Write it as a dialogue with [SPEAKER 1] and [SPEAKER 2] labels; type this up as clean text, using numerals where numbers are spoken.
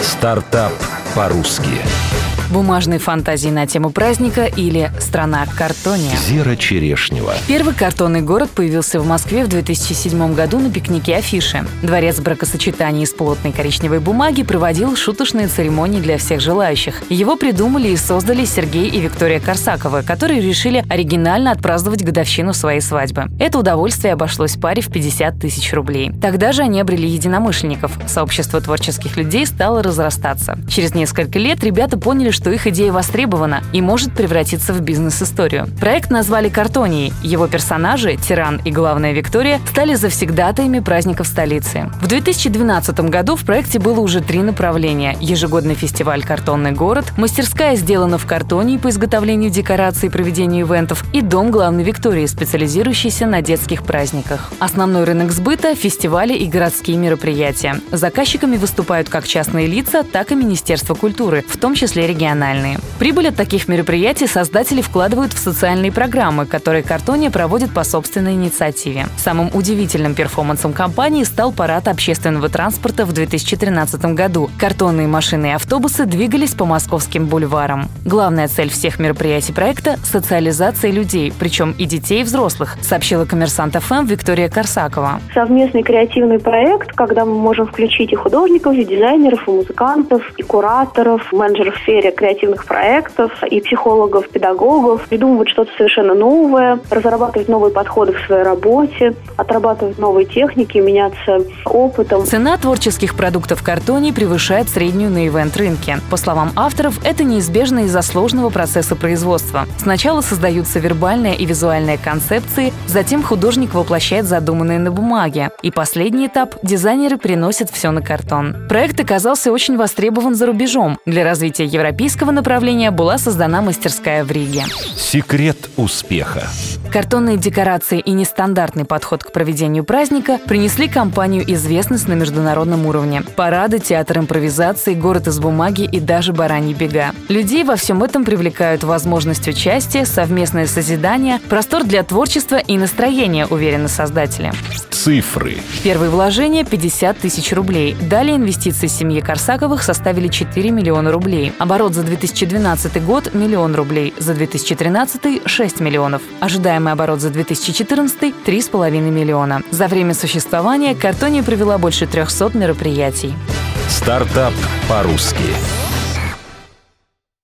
[SPEAKER 1] Стартап по-русски.
[SPEAKER 2] Бумажные фантазии на тему праздника или «Страна картония».
[SPEAKER 1] Зира Черешнева.
[SPEAKER 2] Первый картонный город появился в Москве в 2007 году на пикнике афиши. Дворец бракосочетания из плотной коричневой бумаги проводил шуточные церемонии для всех желающих. Его придумали и создали Сергей и Виктория Корсаковы, которые решили оригинально отпраздновать годовщину своей свадьбы. Это удовольствие обошлось паре в 50 тысяч рублей. Тогда же они обрели единомышленников. Сообщество творческих людей стало разрастаться. Через несколько лет ребята поняли, что их идея востребована и может превратиться в бизнес-историю. Проект назвали «Картонией». Его персонажи, Тиран и главная Виктория, стали завсегдатаями праздников столицы. В 2012 году в проекте было уже 3 направления: ежегодный фестиваль «Картонный город», мастерская «Сделана в картоне» по изготовлению декораций и проведению ивентов и дом главной Виктории, специализирующийся на детских праздниках. Основной рынок сбыта – фестивали и городские мероприятия. Заказчиками выступают как частные лица, так и Министерство культуры, в том числе региональные. Прибыль от таких мероприятий создатели вкладывают в социальные программы, которые «Картония» проводит по собственной инициативе. Самым удивительным перформансом компании стал парад общественного транспорта в 2013 году. Картонные машины и автобусы двигались по московским бульварам. Главная цель всех мероприятий проекта – социализация людей, причем и детей, и взрослых, сообщила «Коммерсант ФМ» Виктория Корсакова.
[SPEAKER 3] Совместный креативный проект, когда мы можем включить и художников, и дизайнеров, и музыкантов, и кураторов, менеджеров в сфере креативных проектов, и психологов, педагогов, придумывать что-то совершенно новое, разрабатывать новые подходы в своей работе, отрабатывать новые техники, меняться опытом.
[SPEAKER 2] Цена творческих продуктов «Картонии» превышает среднюю на ивент-рынке. По словам авторов, это неизбежно из-за сложного процесса производства. Сначала создаются вербальная и визуальная концепции, затем художник воплощает задуманное на бумаге. И последний этап – дизайнеры приносят все на картон. Проект оказался очень востребован за рубежом. Для развития европейского направления была создана мастерская в Риге.
[SPEAKER 1] Секрет успеха.
[SPEAKER 2] Картонные декорации и нестандартный подход к проведению праздника принесли компанию известность на международном уровне. Парады, театр импровизации, город из бумаги и даже бараньи бега. Людей во всем этом привлекают возможность участия, совместное созидание, простор для творчества и настроение, уверены создатели.
[SPEAKER 1] Цифры.
[SPEAKER 2] Первые вложения – 50 тысяч рублей. Далее инвестиции семьи Корсаковых составили 4 миллиона рублей. Оборот за 2012 год – 1 миллион рублей. За 2013 – 6 миллионов. Ожидаемый оборот за 2014 – 3,5 миллиона. За время существования «Картония» провела больше 300 мероприятий.
[SPEAKER 1] Стартап по-русски.